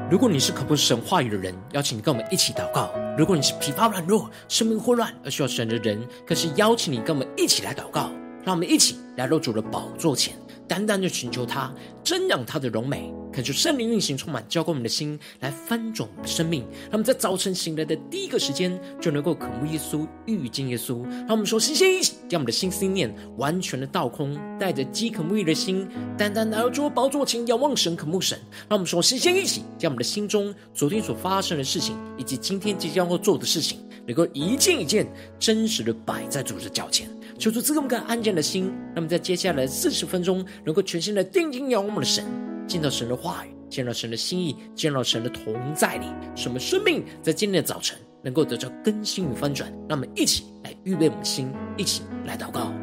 如果你是渴慕神话语的人，邀请你跟我们一起祷告；如果你是疲乏软弱、生命混乱而需要神的人，更是邀请你跟我们一起来祷告。让我们一起来到主的宝座前，单单的寻求他，瞻仰他的荣美，恳求圣灵运行充满，浇灌我们的心，来翻转我们的生命。让我们在早晨醒来的第一个时间，就能够渴慕耶稣，遇见耶稣。让我们说，先一起将我们的心思念完全的倒空，带着饥渴沐浴的心，单单来到主的宝座前，仰望神，渴慕神。让我们说，先一起将我们的心中昨天所发生的事情，以及今天即将要做的事情，能够一件一件真实的摆在主的脚前。求主赐给我们个安静的心，让我们在接下来40分钟能够全心的定睛仰望我们的神，见到神的话语，见到神的心意，见到神的同在里，使我们生命在今天的早晨能够得到更新与翻转。让我们一起来预备我们的心，一起来祷告。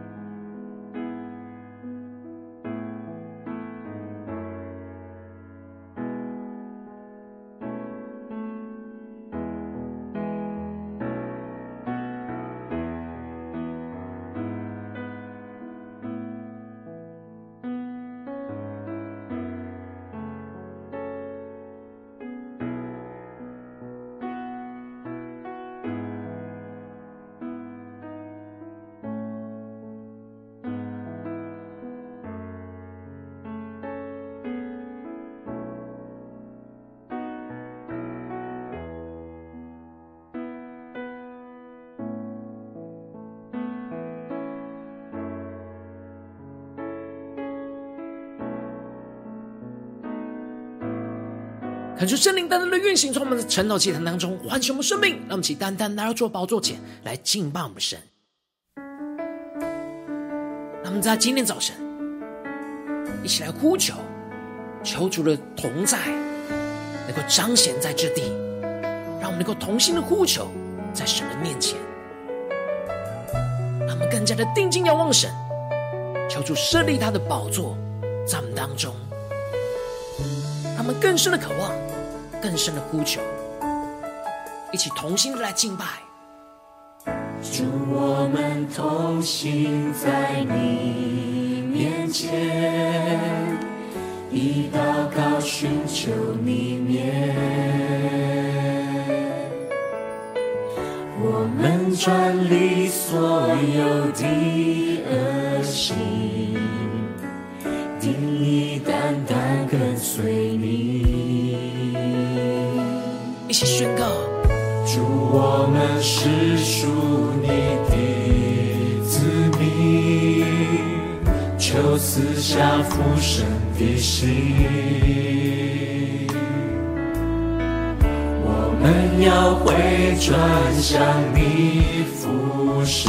恳求圣灵单单的运行从我们的晨祷祭坛当中唤醒我们生命，让我们一起单单来到主的宝座前来敬拜我们的神。让我们在今天早晨一起来呼求，求主的同在能够彰显在这地，让我们能够同心的呼求在神的面前，让我们更加的定睛仰望神，求主设立他的宝座在我们当中，让我们更深的渴望，更深的呼求，一起同心的来敬拜。 主，我们同行在你面前，以祷告寻求你面，我们转离所有的恶行，定义单单跟随你。 一起宣告， 主，我们是属你的子民，求赐下父神的心。我们要回转向你父神，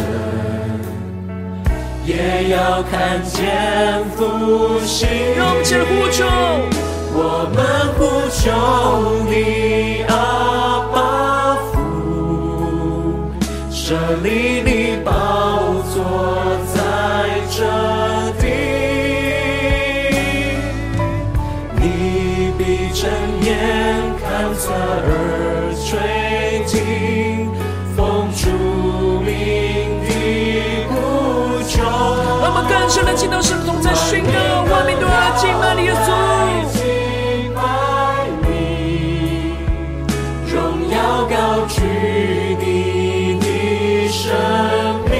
也要看见复兴。 让我们一起来呼求， 我们呼求你，阿爸父，设立你宝座在这地，你必睁眼看侧耳垂听，奉主名的呼求。 让我们更深的进到神的同在，宣告万民都要敬拜你耶稣。 高举你的生命，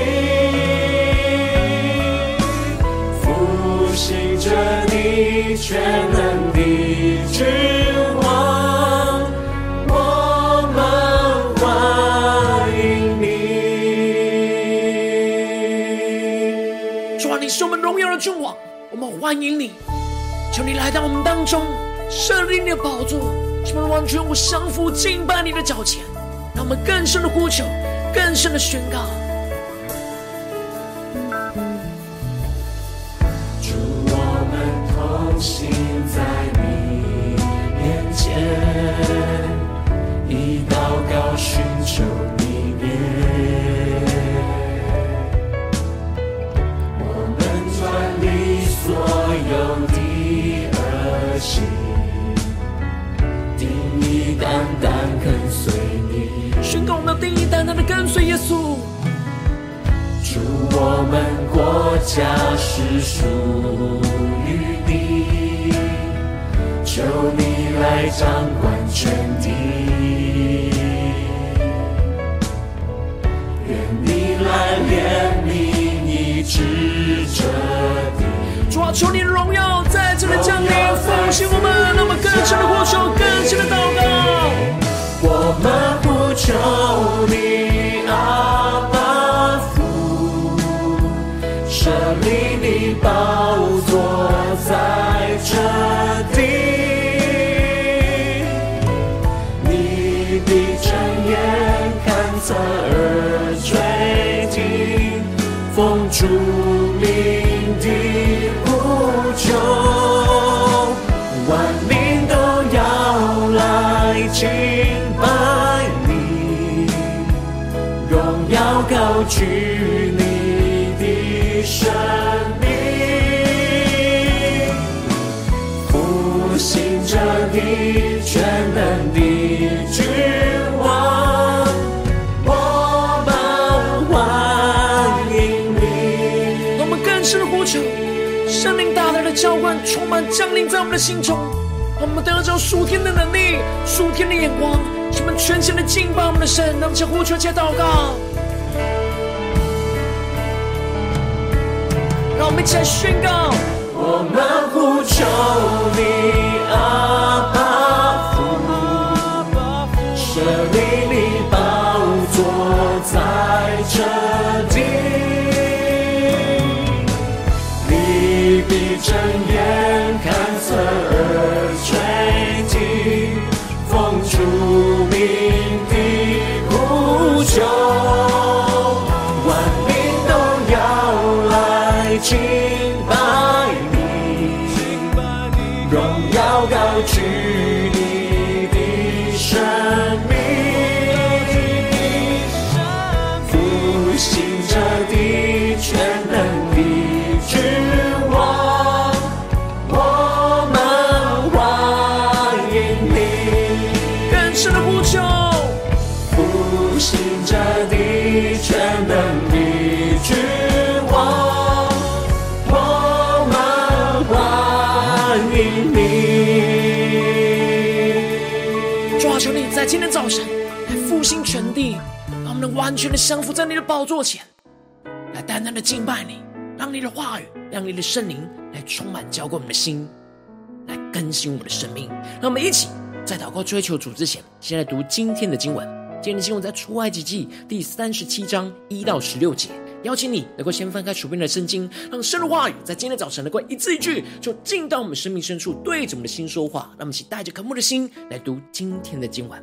复兴着你全能的君王，我们欢迎你。主啊，你是我们荣耀的君王，我们欢迎你，求你来到我们当中，设立你的宝座，使我们完全降服敬拜你的脚前，让我们更深的呼求，更深的宣告。 主，我们同行在你面前，以祷告寻求你面，我们转离所有的恶行，单单跟随你， 宣告我们要定义单单的跟随耶稣。 主，我们国家是属于你，求你来在掌管全地，愿你来怜悯医治这地。 主啊，求你的荣耀在这里降临，奉献我们，让我们更深的呼求，更深的祷告。 我们呼求你，阿爸父，设立你宝座在这地，你闭着眼看侧耳垂听，奉主名的呼求，万民都要来敬拜你，荣耀高举你的生命，复兴着你全能的君王，我们欢迎你。 让我们更深的呼求，圣灵大大的浇灌充满降临在我们的心中，让我们得着属天的能力，属天的眼光，使我们全心的敬拜我们的神。让我们先呼求且祷告，让我们一起来宣告。 我们呼求你，阿爸父，设立你宝座在这地，你闭着眼看侧耳垂听，奉主名的呼求，万民都要来敬拜你，荣耀高举你的生命，复兴着的全能的君王，我们欢迎你。 更深的呼求， 复兴着的全能的君王，我们欢迎你。 主啊，求你在今天早晨来复兴全地，让我们能完全的降服在你的宝座前，来单单的敬拜你，让你的话语，让你的圣灵来充满浇灌我们的心，来更新我们的生命。让我们一起在祷告追求主之前，先来读今天的经文。今天的经文在出埃及记第37章1到16节。邀请你能够先翻开手边的圣经，让神的话语在今天早晨能够一字一句就进到我们生命深处，对着我们的心说话。让我们一起带着渴慕的心来读今天的经文。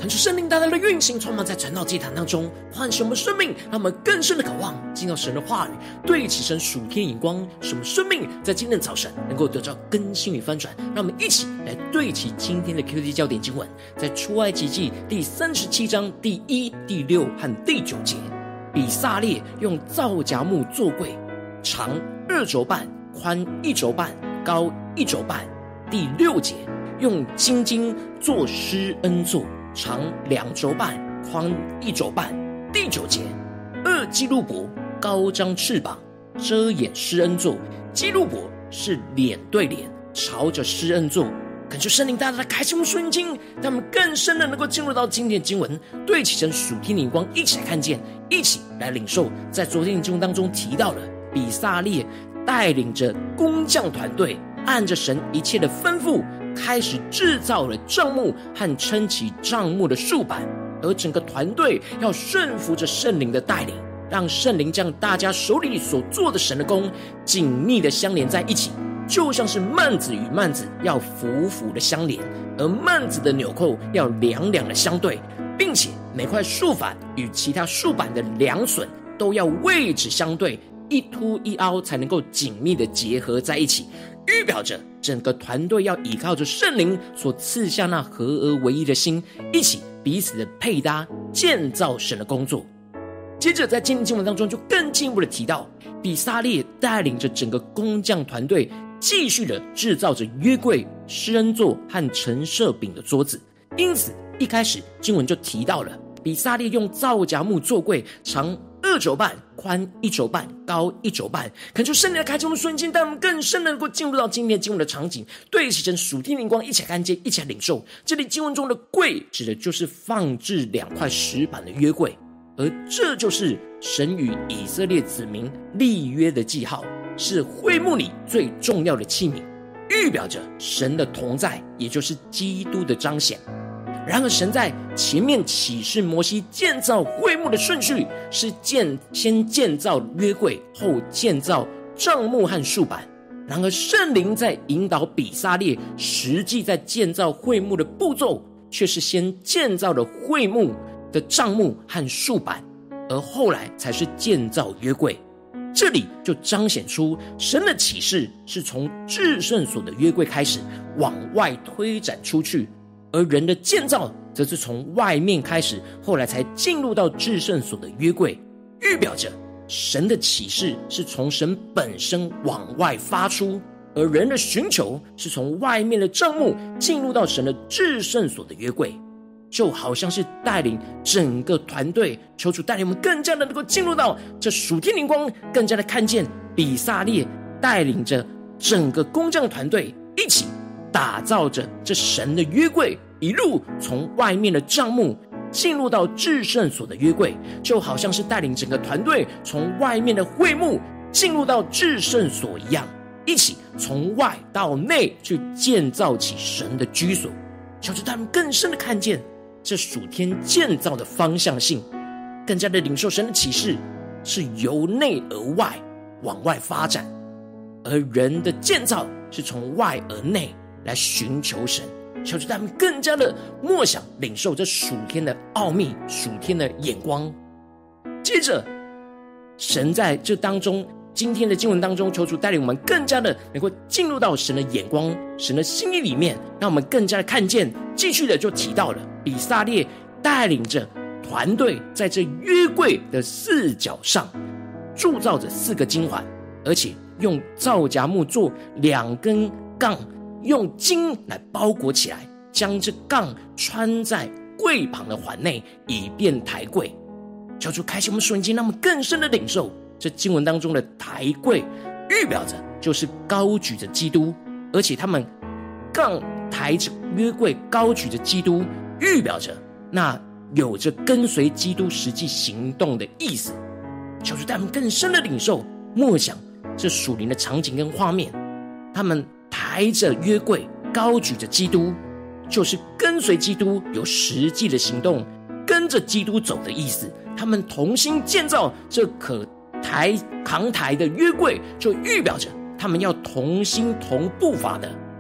恳求圣灵大大的运行，充满在传道祭坛当中，唤醒我们生命，让我们更深的渴望进到神的话语，对齐神属天眼光，使我们生命在今天早晨能够得到更新与翻转。让我们一起来对齐今天的 QT 焦点经文，在出埃及记第37章第1、第6和第9节。比撒列用皂荚木做柜，长2肘半，宽1肘半，高1肘半。第6节，用金金做施恩座，长2肘半，宽1肘半。第9节，2基路伯高张翅膀，遮掩施恩座。基路伯是脸对脸，朝着施恩座。恳求圣灵大大的开启我们属灵经，让我们更深的能够进入到今天的经文，对齐神属天的眼光，一起来看见，一起来领受。在昨天的经文当中提到了比撒列带领着工匠团队，按着神一切的吩咐，开始制造了帐幕和撑起帐幕的竖板，而整个团队要顺服着圣灵的带领，让圣灵将大家手里所做的神的工紧密的相连在一起，就像是幔子与幔子要浮浮的相连，而幔子的纽扣要两两的相对，并且每块竖板与其他竖板的梁榫都要位置相对，一凸一凹，才能够紧密的结合在一起，预表着整个团队要依靠着圣灵所赐下那合而为一的心，一起彼此的配搭，建造神的工作。接着在今天经文当中就更进一步的提到，比撒列带领着整个工匠团队继续的制造着约柜、施恩座和陈设饼的桌子。因此一开始经文就提到了比撒列用皂荚木做柜，长2肘半，宽1肘半，高1肘半。恳求圣灵的开启我们瞬间，带我们更深的能够进入到今天经文的场景，对齐神属天灵光，一起来看见，一起来领受。这里经文中的柜指的就是放置2块石板的约柜，而这就是神与以色列子民立约的记号，是会幕里最重要的器皿，预表着神的同在，也就是基督的彰显。然而神在前面启示摩西建造会幕的顺序是先建造约柜，后建造帐幕和竖板。然而圣灵在引导比撒列实际在建造会幕的步骤，却是先建造了会幕的帐幕和竖板，而后来才是建造约柜。这里就彰显出神的启示是从至圣所的约柜开始往外推展出去，而人的建造则是从外面开始，后来才进入到至圣所的约柜，预表着神的启示是从神本身往外发出，而人的寻求是从外面的帐幕进入到神的至圣所的约柜。就好像是带领整个团队，求主带领我们更加的能够进入到这属天灵光，更加的看见比撒列带领着整个工匠团队一起打造着这神的约柜，一路从外面的帐幕进入到至圣所的约柜，就好像是带领整个团队从外面的会幕进入到至圣所一样，一起从外到内去建造起神的居所。求主他们更深的看见这属天建造的方向性，更加的领受神的启示是由内而外往外发展，而人的建造是从外而内来寻求神。求主他们更加的默想领受这属天的奥秘，属天的眼光。接着神在这当中，今天的经文当中，求主带领我们更加的能够进入到神的眼光，神的心意里面，让我们更加的看见。继续的就提到了比撒列带领着团队在这约柜的4角上铸造着4个金环，而且用皂荚木做2根杠，用金来包裹起来，将这杠穿在柜旁的环内，以便抬柜。求主开启我们属灵经，让我们更深的领受这经文当中的抬柜，预表着就是高举着基督，而且他们杠抬着约柜，高举着基督，预表着那有着跟随基督实际行动的意思。求主带我们更深的领受默想这属灵的场景跟画面。他们抬着约柜，高举着基督，就是跟随基督，有实际的行动，跟着基督走的意思。他们同心建造这可扛抬的约柜，就预表着他们要同心同步伐的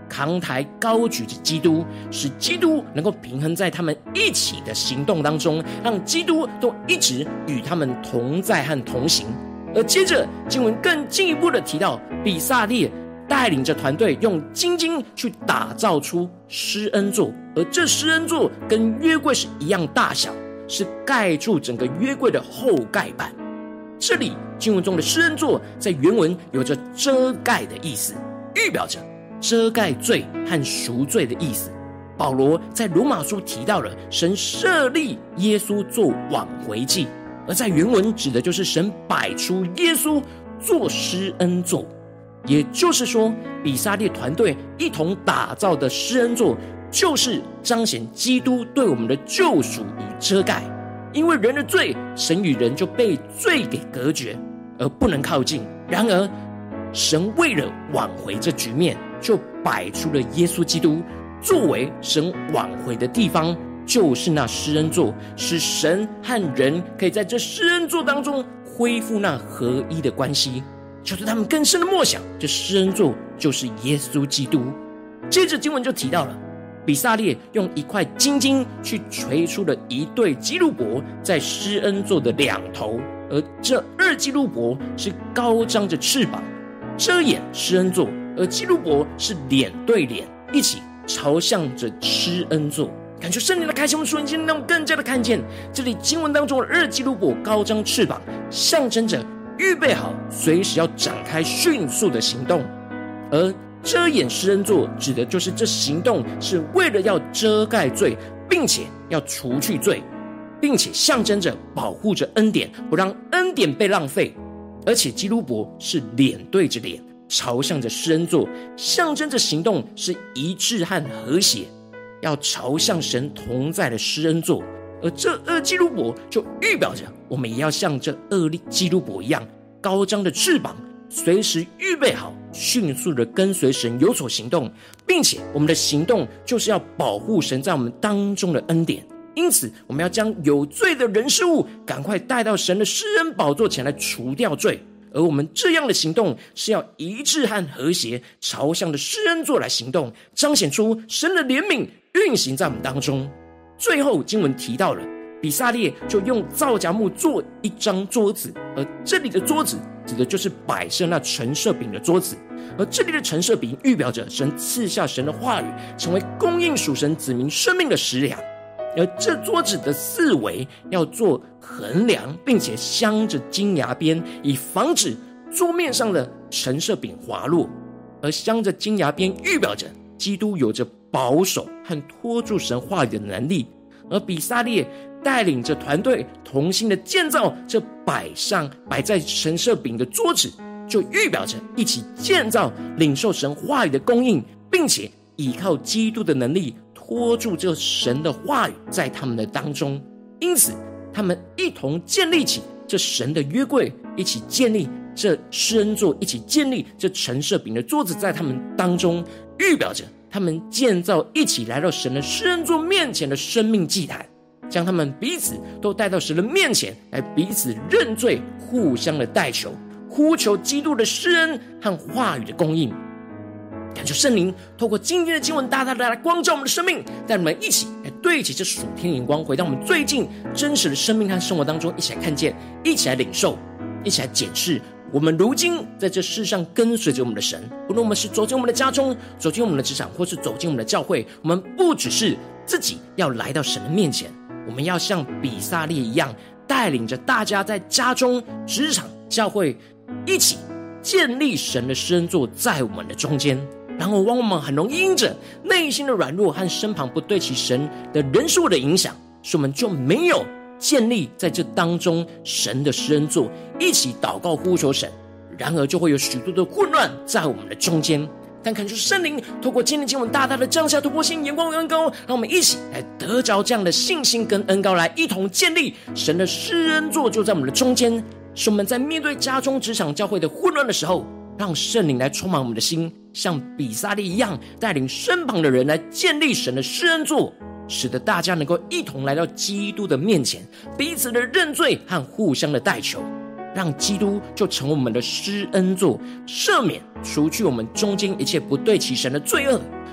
扛抬高举着基督，使基督能够平衡在他们一起的行动当中，让基督都一直与他们同在和同行。而接着经文更进一步的提到，比撒列带领着团队用金金去打造出施恩座，而这施恩座跟约柜是一样大小，是盖住整个约柜的后盖板。这里经文中的施恩座在原文有着遮盖的意思，预表着遮盖罪和赎罪的意思。保罗在罗马书提到了神设立耶稣做挽回祭，而在原文指的就是神摆出耶稣做施恩座。也就是说，比撒列团队一同打造的施恩座，就是彰显基督对我们的救赎与遮盖。因为人的罪，神与人就被罪给隔绝，而不能靠近。然而神为了挽回这局面，就摆出了耶稣基督作为神挽回的地方，就是那施恩座，使神和人可以在这施恩座当中恢复那合一的关系。就是他们更深的默想，这施恩座就是耶稣基督。接着经文就提到了，比撒列用一块金金去锤出了一对基路伯在施恩座的两头，而这二基路伯是高张着翅膀遮掩施恩座，而基路伯是脸对脸一起朝向着施恩座。感觉圣灵的开启，我们属灵经历让我们更加的看见，这里经文当中的二基路伯高张翅膀，象征着预备好随时要展开迅速的行动，而遮掩施恩座指的就是这行动是为了要遮盖罪，并且要除去罪，并且象征着保护着恩典，不让恩典被浪费。而且基路伯是脸对着脸朝向着施恩座，象征着行动是一致和和谐，要朝向神同在的施恩座。而这二基路伯就预表着我们也要像这二基路伯一样，高张的翅膀，随时预备好迅速的跟随神有所行动，并且我们的行动就是要保护神在我们当中的恩典。因此我们要将有罪的人事物赶快带到神的施恩宝座前来除掉罪，而我们这样的行动是要一致和和谐，朝向的施恩座来行动，彰显出神的怜悯运行在我们当中。最后经文提到了比撒列就用皂荚木做一张桌子，而这里的桌子指的就是摆设那陈设饼的桌子，而这里的陈设饼预表着神赐下神的话语，成为供应属神子民生命的食粮。而这桌子的四围要做横梁，并且镶着金牙边，以防止桌面上的陈设饼滑落。而镶着金牙边预表着基督有着保守和托住神话语的能力，而比撒列带领着团队同心的建造这摆在陈设饼的桌子，就预表着一起建造领受神话语的供应，并且依靠基督的能力托住这神的话语在他们的当中。因此他们一同建立起这神的约柜，一起建立这施恩座，一起建立这陈设饼的桌子在他们当中，预表着他们建造一起来到神的施恩座面前的生命祭坛，将他们彼此都带到神的面前来彼此认罪，互相的代求，呼求基督的施恩和话语的供应。感谢圣灵透过今天的经文大大的来光照我们的生命，带我们一起来对齐这属天眼光，回到我们最近真实的生命和生活当中，一起来看见，一起来领受，一起来检视我们如今在这世上跟随着我们的神。无论我们是走进我们的家中，走进我们的职场，或是走进我们的教会，我们不只是自己要来到神的面前，我们要像比撒列一样，带领着大家在家中、职场、教会一起建立神的施恩座在我们的中间。然后往往很容易因着内心的软弱和身旁不对齐神的人数的影响，所以我们就没有建立在这当中神的施恩座，一起祷告呼求神，然而就会有许多的混乱在我们的中间。但恳求圣灵透过今天经文大大的降下突破性眼光与恩膏，让我们一起来得着这样的信心跟恩膏，来一同建立神的施恩座就在我们的中间，使我们在面对家中、职场、教会的混乱的时候，让圣灵来充满我们的心，像比撒列一样，带领身旁的人来建立神的施恩座，使得大家能够一同来到基督的面前，彼此的认罪和互相的代求，让基督就成为我们的施恩座，赦免除去我们中间一切不对齐神的罪恶，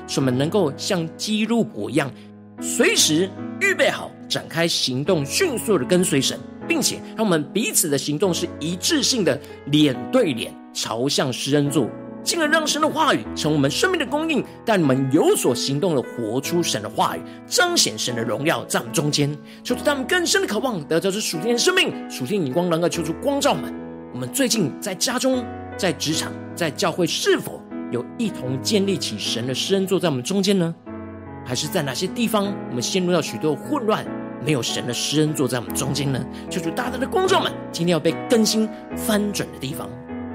使我们能够像基路伯一样，随时预备好展开行动，迅速的跟随神，并且让我们彼此的行动是一致性的，脸对脸朝向施恩座，进而让神的话语成为我们生命的供应，带你们有所行动的活出神的话语，彰显神的荣耀在我们中间。求主他们更深的渴望得着这属天的生命，属天的眼光，能够求主光照们。我们最近在家中、在职场、在教会，是否有一同建立起神的施恩座在我们中间呢？还是在哪些地方我们陷入到许多混乱，没有神的施恩座在我们中间呢？求主大大的光照们，今天要被更新翻转的地方。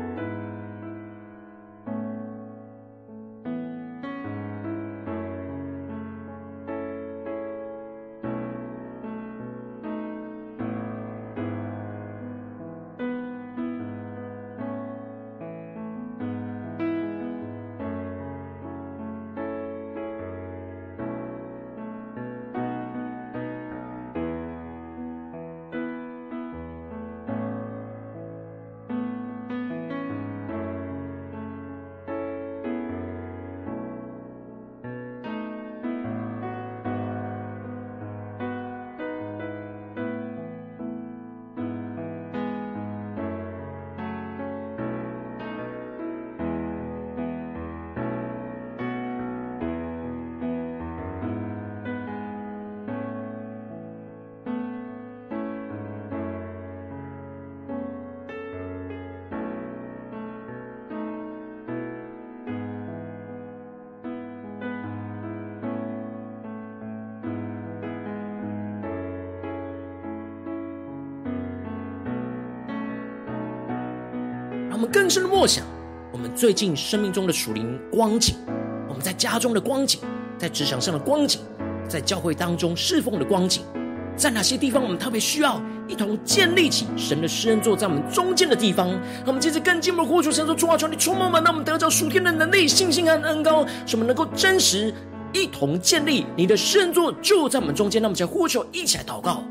我们更深的默想我们最近生命中的属灵光景，我们在家中的光景，在职场上的光景，在教会当中侍奉的光景，在哪些地方我们特别需要一同建立起神的施恩座在我们中间的地方。让我们接着更进一步的呼求神说，主啊，求你触摸我们，让我们得着属天的能力、信心和恩膏，使我们能够真实一同建立你的施恩座就在我们中间。让我们一起来呼求，一起来祷告。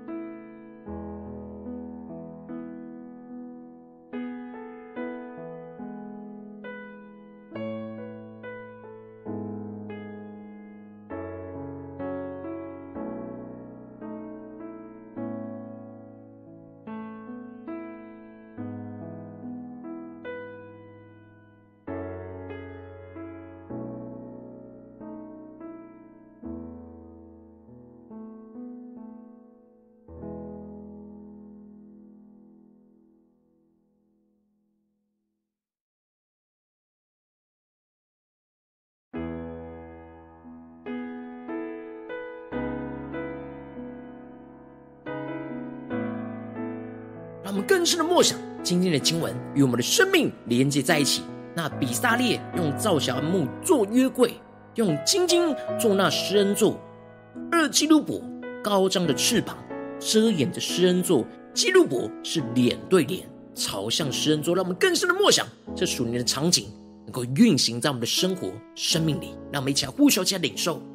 让我们更深的默想今天的经文与我们的生命连接在一起。那比撒列用皂荚木做约柜，用金金做那施恩座，二基路伯高张的翅膀遮掩着施恩座，基路伯是脸对脸朝向施恩座。让我们更深的默想这属灵的场景能够运行在我们的生活生命里。让我们一起来呼求，一起来领受。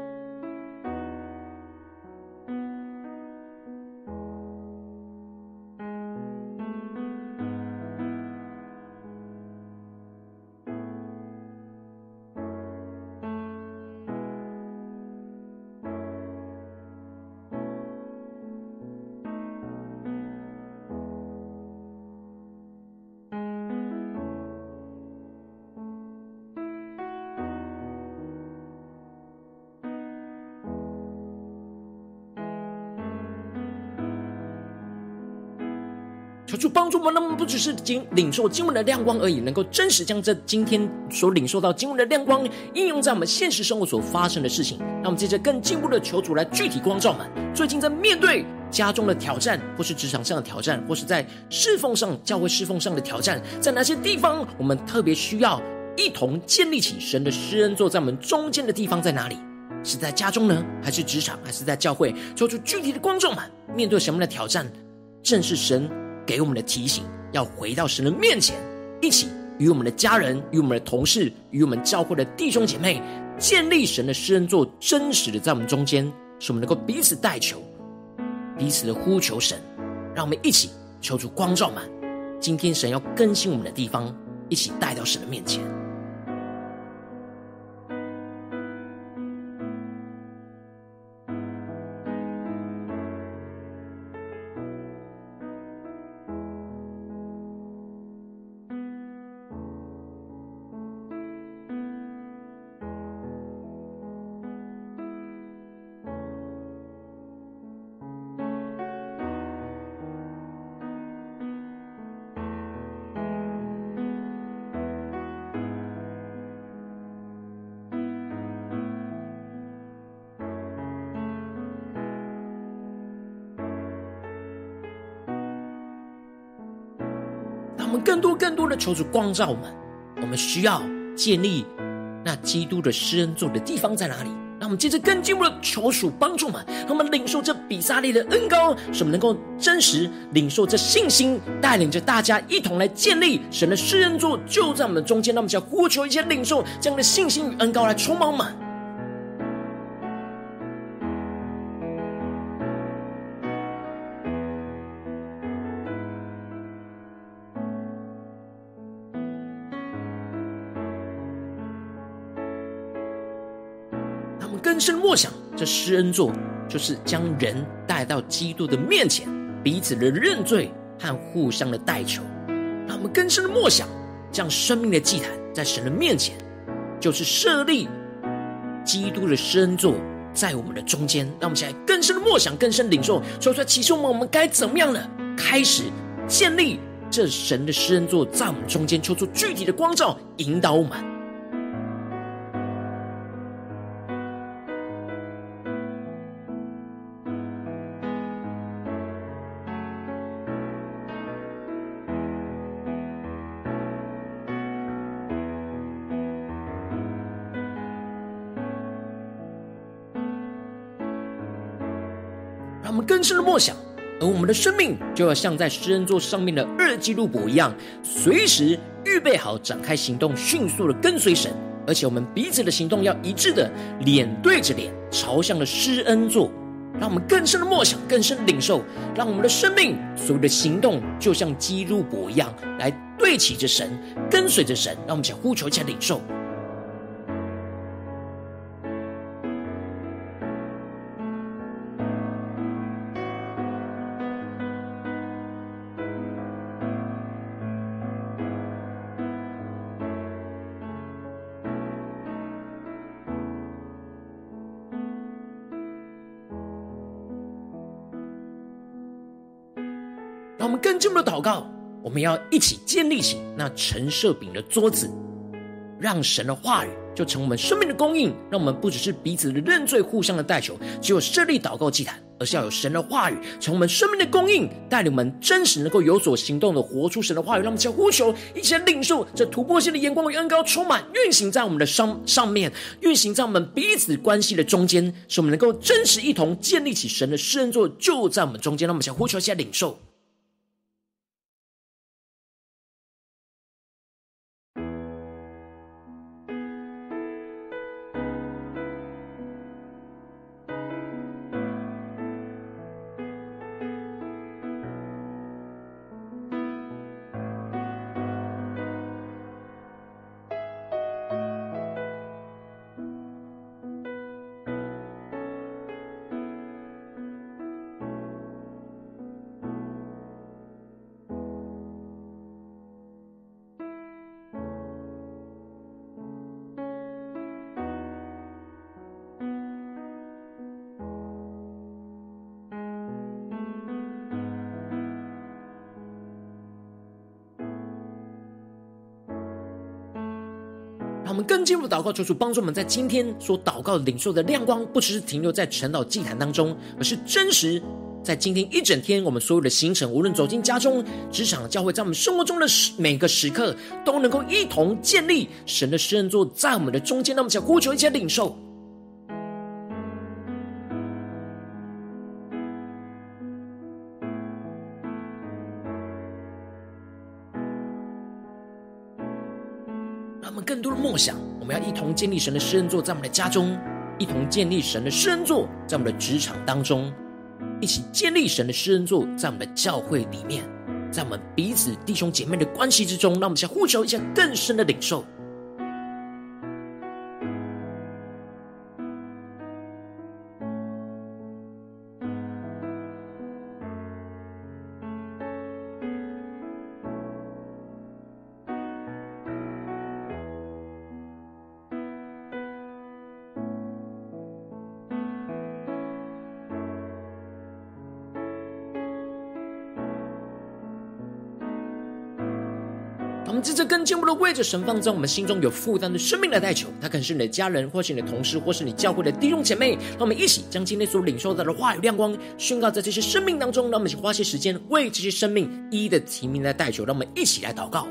求主帮助我们，让我们不只是领受经文的亮光而已，能够真实将这今天所领受到经文的亮光应用在我们现实生活所发生的事情。让我们接着更进一步的求主来具体光照我们。最近在面对家中的挑战，或是职场上的挑战，或是在侍奉上、教会侍奉上的挑战，在哪些地方我们特别需要一同建立起神的施恩座在我们中间的地方在哪里？是在家中呢，还是职场，还是在教会？求主具体的光照们，面对什么样的挑战，正是神给我们的提醒，要回到神的面前，一起与我们的家人、与我们的同事、与我们教会的弟兄姐妹，建立神的施恩座真实的在我们中间，使我们能够彼此代求，彼此的呼求神。让我们一起求主光照满今天神要更新我们的地方，一起带到神的面前。 我们更多的求主光照我们，我们需要建立那基督的施恩座的地方在哪里？让我们接着更进一步的求主帮助我们，让我们领受这比撒利的恩膏，使我们能够真实领受这信心，带领着大家一同来建立神的施恩座就在我们的中间。让我们想呼求一些领受这样的信心与恩膏来充满我们。更深默想，这施恩座就是将人带到基督的面前，彼此的认罪和互相的代求。让我们更深的默想，这样生命的祭坛在神的面前，就是设立基督的施恩座在我们的中间。让我们现在更深的默想，更深领受，说出来启示我们该怎么样呢？开始建立这神的施恩座在我们中间，求出具体的光照引导我们。让我们更深的默想，而我们的生命就要像在施恩座上面的二基路伯一样，随时预备好展开行动，迅速的跟随神。而且我们彼此的行动要一致的，脸对着脸，朝向了施恩座。让我们更深的默想，更深的领受，让我们的生命所有的行动就像基路伯一样，来对齐着神，跟随着神。让我们想呼求一下领受。让我们更进一步的祷告，我们要一起建立起那陈设饼的桌子，让神的话语就成我们生命的供应。让我们不只是彼此的认罪，互相的代求，只有设立祷告祭坛，而是要有神的话语成我们生命的供应，带领我们真实能够有所行动的活出神的话语。让我们一起呼求，一起来领受这突破性的眼光与恩膏，充满运行在我们的上面，运行在我们彼此关系的中间，使我们能够真实一同建立起神的施恩座就在我们中间。让我们一起呼求，一起来领受。让我们更进一步的祷告，求主帮助我们在今天所祷告领受的亮光，不只是停留在晨祷祭坛当中，而是真实在今天一整天我们所有的行程，无论走进家中、职场、教会，在我们生活中的每个时刻，都能够一同建立神的施恩座在我们的中间。让我们想呼求一起领受。让我们更多的默想，我们要一同建立神的施恩座在我们的家中，一同建立神的施恩座在我们的职场当中，一起建立神的施恩座在我们的教会里面，在我们彼此弟兄姐妹的关系之中。让我们先呼求一下更深的领受。让我我们接着更进一步的为着神放在我们心中有负担的生命来代求，他可能是你的家人，或是你的同事，或是你教会的弟兄姐妹。让我们一起将今天所领受到的话语亮光宣告在这些生命当中，让我们一起花些时间为这些生命一一的提名来代求。让我们一起来祷告。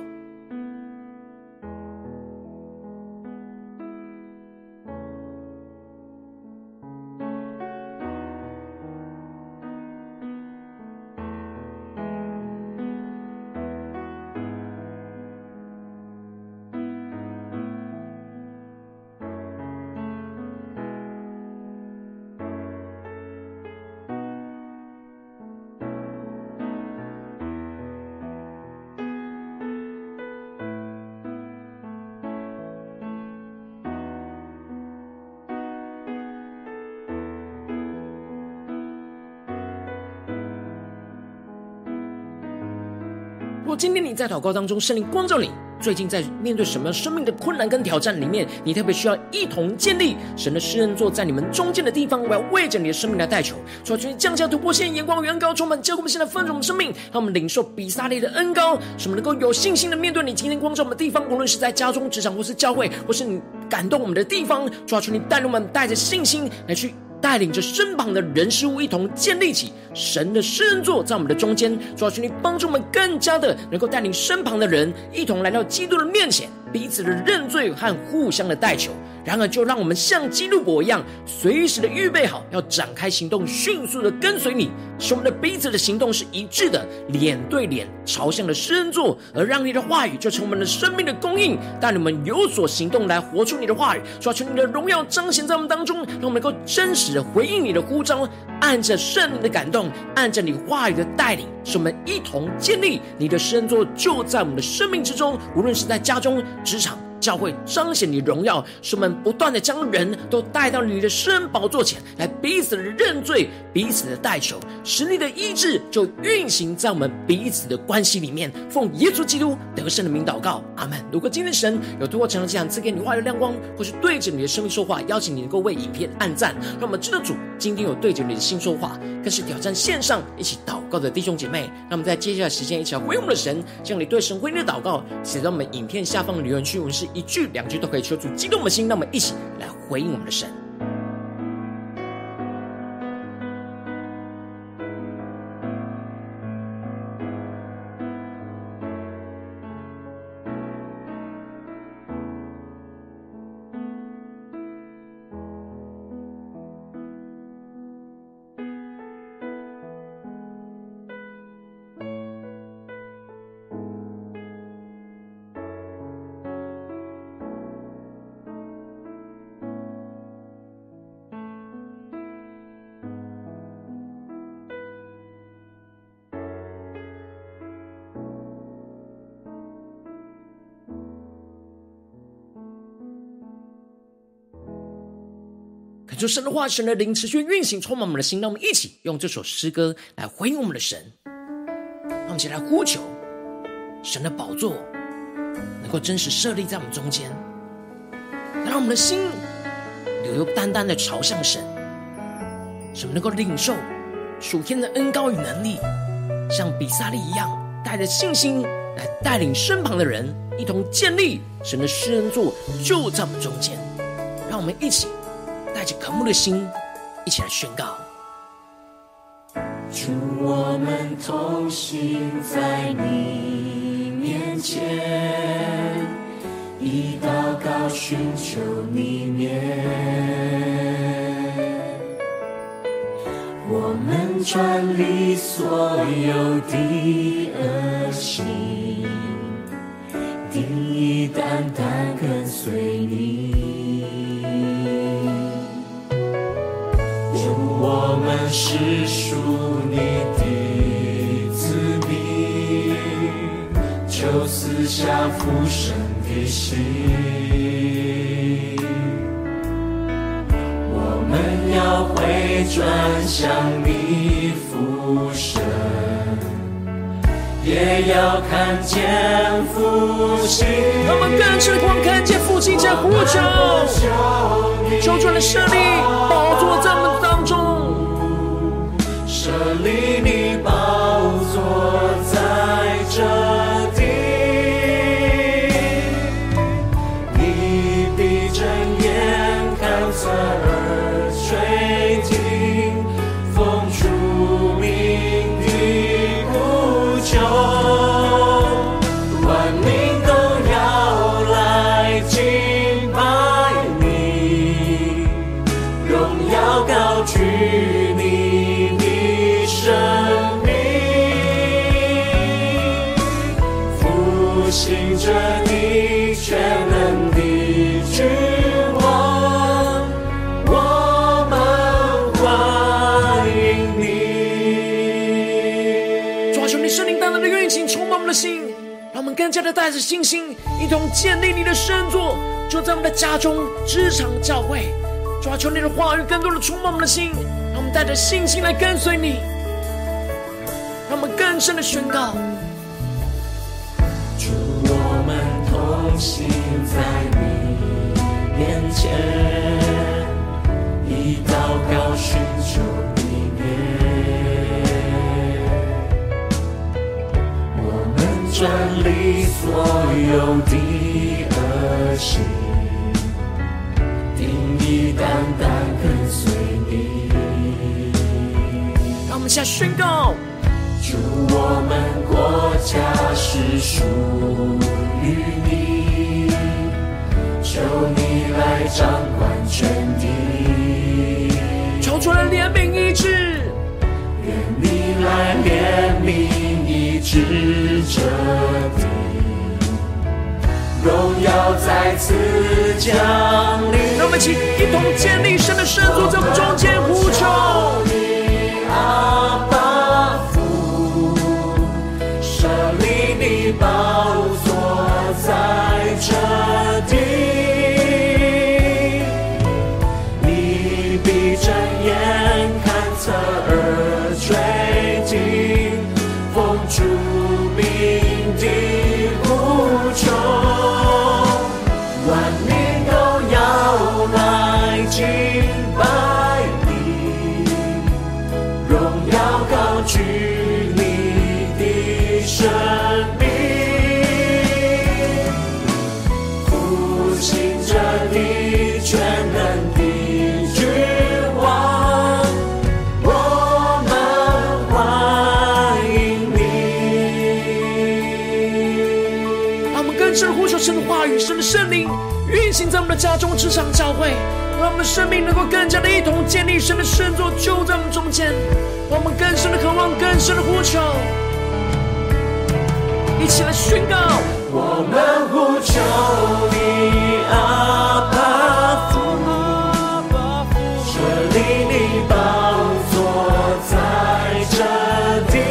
若今天你在祷告当中，圣灵光照你，最近在面对什么生命的困难跟挑战里面，你特别需要一同建立神的施恩座在你们中间的地方，我要为着你的生命来代求，求求你降下突破线眼光远高，充满教会我们现在丰盛的生命，让我们领受比撒利的恩膏，使我们能够有信心的面对你今天光照我们的地方，无论是在家中职场或是教会，或是你感动我们的地方，求求你带领我们带着信心来去带领着身旁的人事物一同建立起神的施恩座在我们的中间，主要求你帮助我们更加的能够带领身旁的人一同来到基督的面前，彼此的认罪和互相的代求。然而就让我们像基路伯一样，随时的预备好要展开行动，迅速的跟随你，使我们的彼此的行动是一致的，脸对脸朝向了施恩座，而让你的话语就成我们的生命的供应，带领我们有所行动来活出你的话语，主要求你的荣耀彰显在我们当中，让我们能够真实的回应你的呼召，按着圣灵的感动，按着你话语的带领，使我们一同建立你的施恩座就在我们的生命之中，无论是在家中职场教会，彰显你荣耀，使我们不断的将人都带到你的施恩宝座前来，彼此的认罪，彼此的代求，使你的医治就运行在我们彼此的关系里面。奉耶稣基督得胜的名祷告，阿们。如果今天神有透过成长这样赐给你话语亮光，或是对着你的生命说话，邀请你能够为影片按赞，让我们知道主今天有对着你的心说话，更是挑战线上一起祷告的弟兄姐妹。让我们在接下来时间一起来回应我们的神，将你对神回应的祷告写在我们影片下方的留言区，我们是一句两句都可以，求主激动我们的心，让我们一起来回应我们的神。恳求神的话，神的灵持续运行充满我们的心，让我们一起用这首诗歌来回应我们的神，让我们一起来呼求神的宝座能够真实设立在我们中间，让我们的心留单单的朝向神，使我们能够领受属天的恩膏与能力，像比撒利一样，带着信心来带领身旁的人一同建立神的施恩座就在我们中间。让我们一起带着渴慕的心一起来宣告， 主，我们同行在你面前，以祷告寻求你面，我们转离所有的恶行，定义单单跟随你。我们是属你的子民，就赐下父神的心。我们要回转向你父神，也要看见复兴。 让我们更是光看见复兴在呼求，求主的设立宝座在我们当中， 设立你宝座在这地， 高举你的生命，复兴着你全能的君王，我们欢迎你。 主啊，求你圣灵大大的运行充满我们的心，让我们更加的带着信心，一同建立你的圣座，就在我们的家中、职场、教会。主啊，求你的话语更多的充满我们的心，让我们带着信心来跟随你，让我们更深的宣告。 主，我们同行在你面前，以祷告寻求你面，我们专离所有的恶行，定义单单跟随你。 让我们现在宣告： 主，我们国家是属于你，求你来掌管全地， 求主来怜悯医治， 愿你来怜悯医治这地，荣耀再次降临。 让我们一同建立神的圣座，在我们中间呼求。 阿爸父，设立你宝座在这地，你必睁眼看侧耳垂听，奉主名的呼求，万民都要来敬拜你，荣耀高举你的生命，复兴着你全能的君王，我们欢迎你。 让我们更深的呼求神的话语，神的圣灵运行在我们的家中、职场、教会，让我们的生命能够更加的一同建立神的圣座，就在我们中间。让我们更深的渴望，更深的呼求，一起来宣告： 我们呼求你，阿爸父，设立你宝座在这地，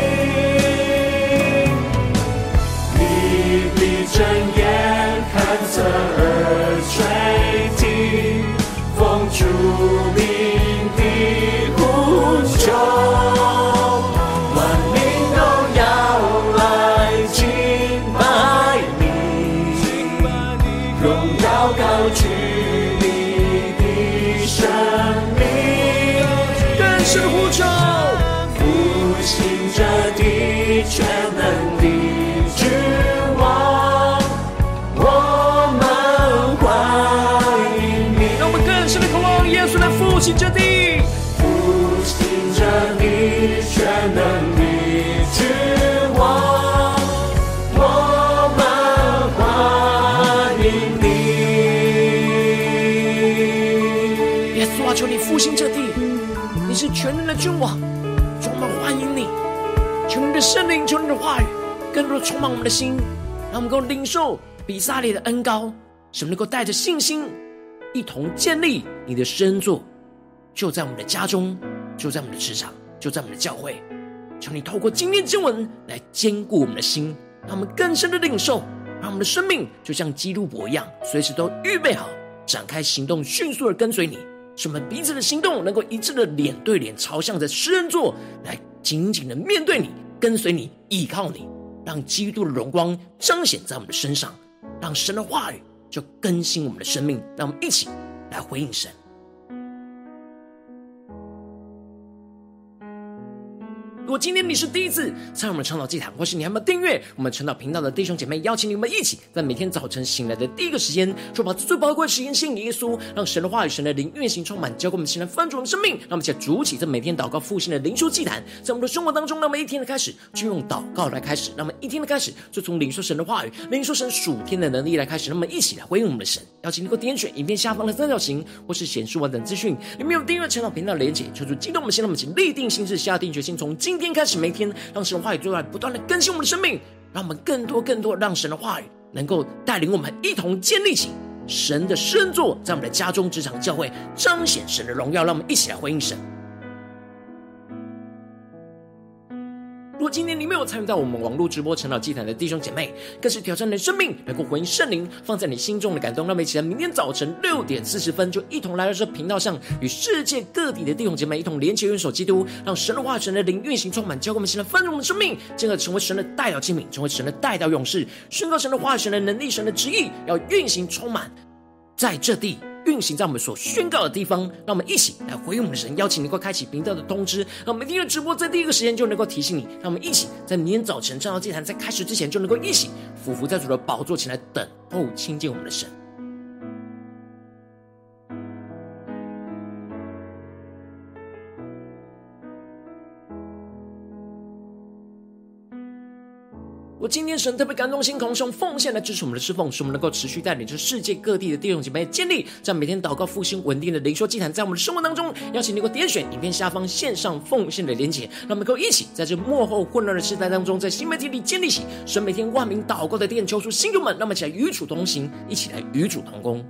你必睁眼看侧耳垂听，奉主名的呼求，万民都要来敬拜你，荣耀高举你的生命， 更深的呼求， 复兴着地全能的君王，我们欢迎你。 让我们更深的渴望耶稣来复兴这地， 复兴着你全能的君王，我们欢迎你。 耶稣啊，求你复兴这地，你是全能的君王，主我们欢迎你，求你的圣灵，求你的话语更多的充满我们的心，让我们能够领受比撒里的恩膏，使我们能够带着信心一同建立你的圣座，就在我们的家中，就在我们的职场，就在我们的教会。求你透过今天经文来坚固我们的心，让我们更深的领受，让我们的生命就像基督伯一样，随时都预备好展开行动，迅速的跟随你，使我们彼此的行动能够一致的脸对脸朝向着施恩座来紧紧的面对你，跟随你，依靠你，让基督的荣光彰显在我们的身上，让神的话语就更新我们的生命。让我们一起来回应神。 果今天你是第一次参与我们晨祷祭坛，或是你还没有订阅我们晨祷频道的弟兄姐妹，邀请你们一起在每天早晨醒来的第一个时间，就把最宝贵的时间献给耶稣，让神的话语、神的灵运行充满，交给我们现在翻转我们生命。让我们一起来筑起这每天祷告复兴的灵修祭坛，在我们的生活当中，让我们一天的开始就用祷告来开始，让我们一天的开始就从领受神的话语、领受神属天的能力来开始。让我们一起来回应我们的神。邀请你能够点选影片下方的三角形，或是显示完整资讯里面有订阅晨祷频道的连结，求主激动我们，现在我们请立定心志，下定决心，从今天开始每天让神的话语就来不断的更新我们的生命，让我们更多让神的话语能够带领我们一同建立起神的圣作，在我们的家中、职场、教会彰显神的荣耀。让我们一起来回应神。如果今天你没有参与到我们网络直播晨祷祭坛的弟兄姐妹，更是挑战你的生命，能够回应圣灵放在你心中的感动。让我们一起来明天早晨6:40就一同来到这频道上，与世界各地的弟兄姐妹一同连结、元首基督，让神的话、神的灵运行充满，交给我们现在丰盛的生命，进而成为神的代祷器皿，成为神的代祷勇士，宣告神的话、神的能力、神的旨意要运行充满在这地，运行在我们所宣告的地方。让我们一起来回应我们的神，邀请你能够开启频道的通知，让我们每天的直播在第一个时间就能够提醒你。让我们一起在明天早晨晨祷祭坛在开始之前，就能够一起俯伏在主的宝座前来等候亲近我们的神。我今天神特别感动心，同用奉献来支持我们的侍奉，使我们能够持续带领着世界各地的弟兄姐妹建立在每天祷告复兴稳定的灵修祭坛，在我们的生活当中。邀请你能够点选影片下方线上奉献的连结，让我们能够一起在这末后混乱的时代当中，在新媒体里建立起神每天万名祷告的殿，求出信徒们，让我们一起来与主同行，一起来与主同工。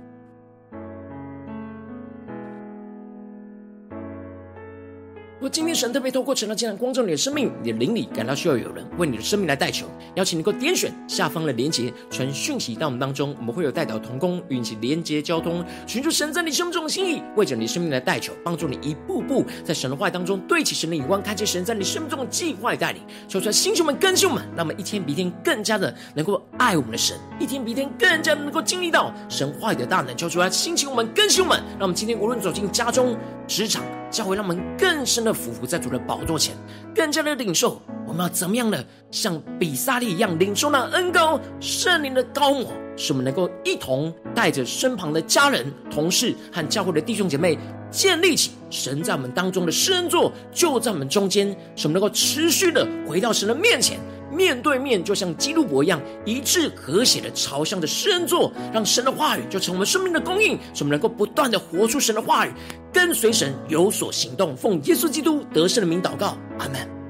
如果今天神特别透过晨祷祭坛光照你的生命，你的灵里感到需要有人为你的生命来代求，邀请你能够点选下方的连结，传讯息到我们当中，我们会有代祷同工与你连结交通，寻求神在你生命中的心意，为着你生命来代求，帮助你一步步在神的话语当中对齐神的眼光，看见神在你生命中的计划带领。求出来星球们、更新我们，让我们一天比一天更加的能够爱我们的神，一天比一天更加的能够经历到神话语的大能。求出来星球们、更新我们，让我们今天无论走进家中、职场、教会，让我们更深的俯伏在主的宝座前，更加的领受我们要怎么样的像比撒利一样领受那恩膏圣灵的膏抹，使我们能够一同带着身旁的家人、同事和教会的弟兄姐妹建立起神在我们当中的施恩座，就在我们中间，使我们能够持续的回到神的面前，面对面，就像基督伯一样一致和谐的朝向着施恩座，让神的话语就成为我们生命的供应，使我们能够不断的活出神的话语，跟随神有所行动。奉耶稣基督得胜的名祷告，阿们。